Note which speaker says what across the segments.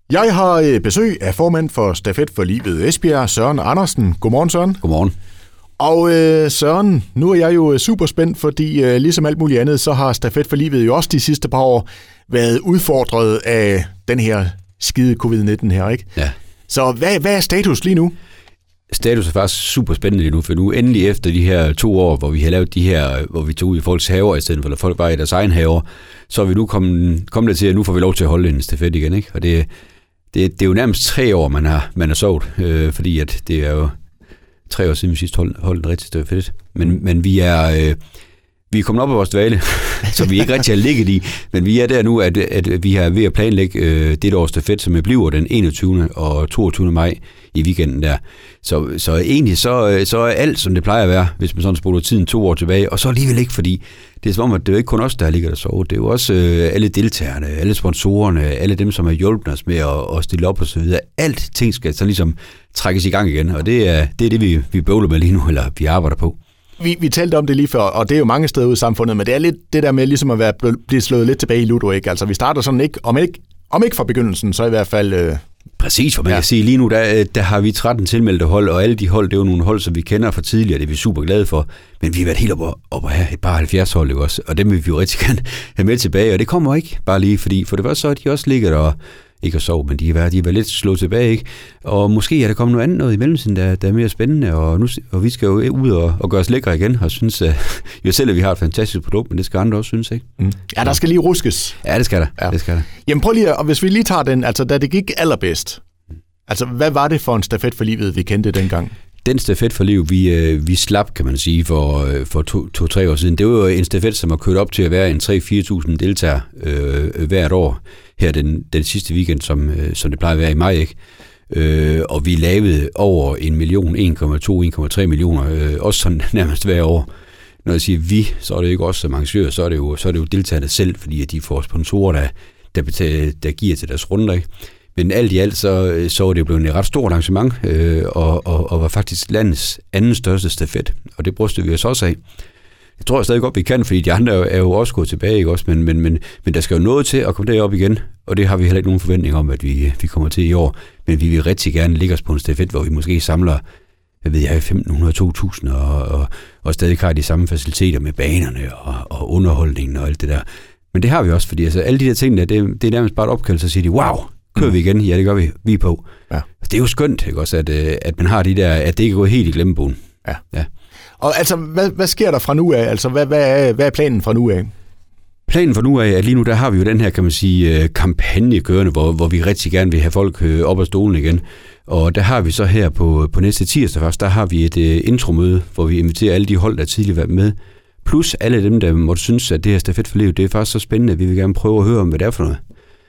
Speaker 1: Jeg har besøg af formand for Stafet for Livet Esbjerg, Søren Andersen. Godmorgen, Søren.
Speaker 2: Godmorgen.
Speaker 1: Og Søren, nu er jeg jo super spændt, fordi ligesom alt muligt andet, så har Stafet for Livet jo også de sidste par år været udfordret af den her skide covid-19 her, ikke?
Speaker 2: Ja.
Speaker 1: Så hvad er status lige nu?
Speaker 2: Status er faktisk super spændende lige nu, for nu endelig efter de her 2 år, hvor vi har lavet de her, hvor vi tog ud i folks haver, i stedet for at folk var i deres egen haver, så er vi nu kommet til, at nu får vi lov til at holde en stafet igen, ikke? Og det er jo nærmest 3 år, man har sovet, fordi at det er jo 3 år siden, vi sidst holdt en rigtig stafet. Men vi er kommet op af vores dvale, så vi ikke rigtig har ligget i, men vi er der nu, at vi er ved at planlægge det års stafet, som bliver den 21. og 22. maj i weekenden der. Så egentlig så er alt, som det plejer at være, hvis man sådan spoler tiden 2 år tilbage, og så alligevel ikke, fordi det er som om, at det er ikke kun os, der ligger der sovet. Det er jo også alle deltagerne, alle sponsorerne, alle dem, som har hjulpet os med at stille op og så videre. Alt ting skal så ligesom trækkes i gang igen, og det er det, vi bøvler med lige nu, eller vi arbejder på.
Speaker 1: Vi talte om det lige før, og det er jo mange steder ude i samfundet, men det er lidt det der med ligesom at blive slået lidt tilbage i ludo, ikke? Altså vi starter sådan ikke, om ikke fra begyndelsen, så i hvert fald...
Speaker 2: Præcis, for man kan sige, lige nu der har vi 13 tilmeldte hold, og alle de hold, det er jo nogle hold, som vi kender fra tidligere, det er vi super glade for, men vi har været helt op og have et par 70 hold, ikke også? Og dem vil vi jo rigtig gerne have med tilbage, og det kommer ikke bare lige, fordi for det første så er de også ligget der ikke at sove, men de har været lidt slået tilbage, ikke? Og måske er der kommet noget i mellemtiden, der er mere spændende, og vi skal jo ud og gøre os lækre igen, og synes jo selv, at vi har et fantastisk produkt, men det skal andre også synes, ikke? Mm.
Speaker 1: Ja, der skal lige ruskes.
Speaker 2: Ja, det skal der.
Speaker 1: Ja.
Speaker 2: Det skal der.
Speaker 1: Jamen prøv lige, og hvis vi lige tager den, altså da det gik allerbedst, altså hvad var det for en stafet for livet, vi kendte dengang?
Speaker 2: Den stafet for liv, vi slap, kan man sige, for 2-3 år siden, det var jo en stafet, som har kørt op til at være en 3-4.000 deltagere hvert år her den sidste weekend, som det plejer at være i maj, ikke? Og vi lavede over 1 million, 1,2-1,3 millioner, også sådan nærmest hver år. Når jeg siger vi, så er det ikke også som arrangører, så er det jo deltagerne selv, fordi at de får sponsorer, der giver til deres runder, ikke? Men alt i alt, så er det jo blevet et ret stort arrangement, og var faktisk landets anden største stafet. Og det brystede vi os også af. Jeg tror stadig godt, vi kan, fordi de andre er jo også gået tilbage, ikke også? Men der skal jo noget til at komme derop igen, og det har vi heller ikke nogen forventning om, at vi kommer til i år. Men vi vil rigtig gerne ligge os på en stafet, hvor vi måske samler, 1.500-2.000, og stadig har de samme faciliteter med banerne og underholdningen og alt det der. Men det har vi også, fordi altså, alle de der ting, det er nærmest bare et opkald, så siger de, wow, kører vi igen? Ja, det gør vi. Vi er på. Ja. Det er jo skønt, ikke også, at man har de der, at det ikke går helt i glemmebogen.
Speaker 1: Ja. Og altså, hvad sker der fra nu af? Altså, hvad er planen fra nu af?
Speaker 2: Planen fra nu af, at lige nu, der har vi jo den her, kan man sige, kampagne kørende, hvor vi rigtig gerne vil have folk op af stolen igen. Og der har vi så her på næste tirsdag først, der har vi et intromøde, hvor vi inviterer alle de hold, der tidligere har været med, plus alle dem, der måtte synes, at det her stafet for livet, det er faktisk så spændende, at vi vil gerne prøve at høre om, hvad det er for noget.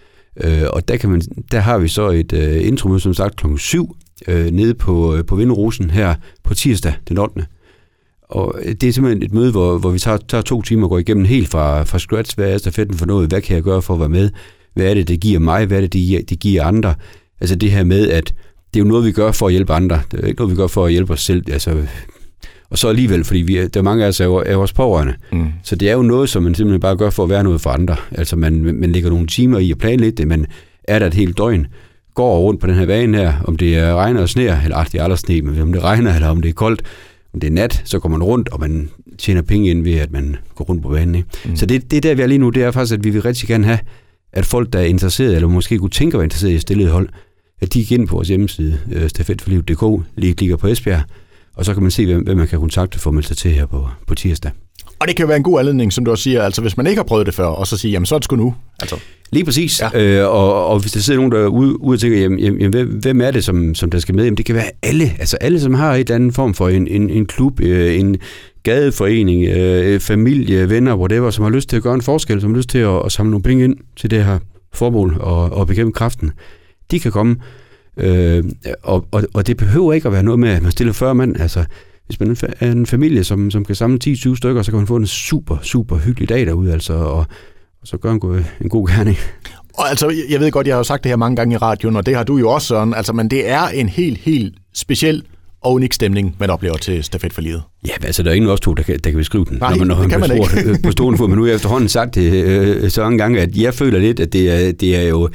Speaker 2: Og der har vi så et intromøde, som sagt, 7 nede på Vinderosen her på tirsdag den 8. Og det er simpelthen et møde, hvor vi tager 2 timer og går igennem helt fra scratch. Hvad er stafetten for noget? Hvad kan jeg gøre for at være med? Hvad er det giver mig? Hvad er det giver andre? Altså det her med, at det er jo noget, vi gør for at hjælpe andre. Det er ikke noget, vi gør for at hjælpe os selv. Altså, og så alligevel, fordi der er mange af os er vores pårørende. Mm. Så det er jo noget, som man simpelthen bare gør for at være noget for andre. Altså man lægger nogle timer i at planlægge det, men er der et helt døgn, går rundt på den her bane her, om det regner og sner, eller det er aldrig sne, men om det regner, eller om det er koldt, om det er nat, så går man rundt, og man tjener penge ind ved, at man går rundt på banen. Ikke? Mm. Så det der, vi er lige nu, det er faktisk, at vi vil rigtig gerne have, at folk, der er interesserede, eller måske kunne tænke at være interesseret i stillet hold, at de gik ind på vores hjemmeside, stafetforlivet.dk, lige klikker på Esbjerg, og så kan man se, hvem man kan kontakte for at melde sig til her på tirsdag. Og
Speaker 1: det kan være en god anledning, som du også siger, altså hvis man ikke har prøvet det før, og så sige, jamen så er det sgu nu. Altså.
Speaker 2: Lige præcis. Ja. Og hvis der sidder nogen, der er ude og tænker, jamen hvem er det, som der skal med? Jamen det kan være alle. Altså alle, som har et anden form for en klub, en gadeforening, familie, venner, whatever, som har lyst til at gøre en forskel, som har lyst til at samle nogle penge ind til det her formål og bekæmpe kræften. De kan komme, og det behøver ikke at være noget med, at man stiller 40 mand. Altså, hvis man er en familie, som kan samle 10-20 stykker, så kan man få en super, super hyggelig dag derude, altså, og så gør en god gerning.
Speaker 1: Og altså, jeg ved godt, jeg har jo sagt det her mange gange i radioen, og det har du jo også, Søren, altså, men det er en helt speciel og unik stemning, man oplever til Stafet for Livet.
Speaker 2: Ja, altså der er ingen af os to, der kan beskrive den.
Speaker 1: Nej,
Speaker 2: når
Speaker 1: det kan man ikke.
Speaker 2: På stående fod, men nu har jeg efterhånden sagt det så mange gange, at jeg føler lidt, at det er jo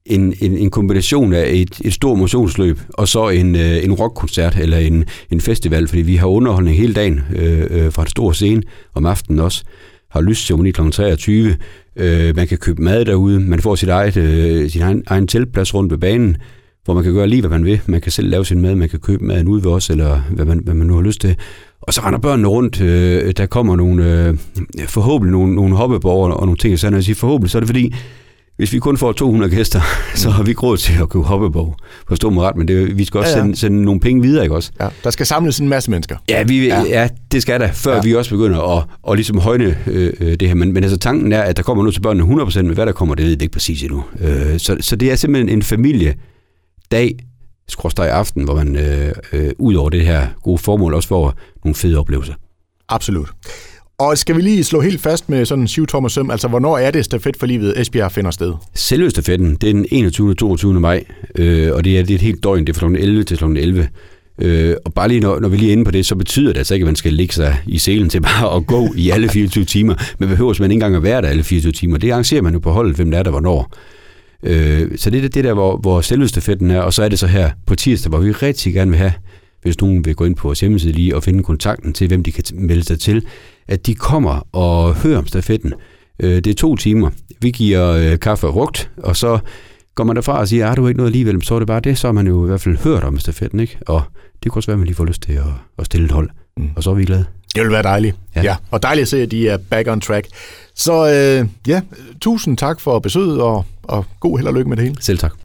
Speaker 2: en kombination af et stort motionsløb, og så en rockkoncert eller en festival, fordi vi har underholdning hele dagen fra et stort scene, om aftenen også, har lysceremoni kl. 23. Man kan købe mad derude, man får sin egen teltplads rundt ved banen, hvor man kan gøre lige, hvad man vil. Man kan selv lave sin mad, man kan købe maden ude ved os, eller hvad man nu har lyst til. Og så render børnene rundt. Der kommer forhåbentlig nogle hoppeborger og nogle ting. Så når jeg siger forhåbentlig, så er det fordi, hvis vi kun får 200 gæster, så har vi ikke råd til at købe hoppeborg. Forstå mig ret, men vi skal også sende nogle penge videre, ikke også? Ja,
Speaker 1: der skal samles en masse mennesker.
Speaker 2: Ja, det skal der, før vi også begynder at ligesom højne det her. Men altså tanken er, at der kommer noget til børnene 100%, men hvad der kommer, det ved jeg ikke præcis endnu. Så det er simpelthen en familiedag, skråstreg aften, hvor man ud over det her gode formål også får nogle fede oplevelser.
Speaker 1: Absolut. Og skal vi lige slå helt fast med sådan en 7-tommer søm, altså hvornår er det stafet for livet Esbjerg finder sted?
Speaker 2: Selve stafetten, det er den 21. og 22. maj, og det er et helt døgn, det er fra kl. 11 til kl. 11. Og bare lige når vi lige er inde på det, så betyder det altså ikke, at man skal ligge sig i selen til bare at gå i alle 24 timer. Men behøver man ikke engang at være der alle 24 timer. Det arrangerer man jo på holdet, hvem der er der hvornår. Så det er det der, hvor selve stafetten er, og så er det så her på tirsdag, hvor vi rigtig gerne vil have, hvis nogen vil gå ind på vores hjemmeside lige og finde kontakten til, hvem de kan melde sig til, at de kommer og hører om stafetten. Det er 2 timer. Vi giver kaffe og rugt, og så går man derfra og siger, har du ikke noget alligevel, så er det bare det, så har man jo i hvert fald hørt om stafetten, ikke? Og det kan også være, at man lige får lyst til at stille et hold, og så er vi glade.
Speaker 1: Det vil være dejligt. Ja. Og dejligt at se, at de er back on track. Så tusind tak for besøget, og god held og lykke med det hele.
Speaker 2: Selv tak.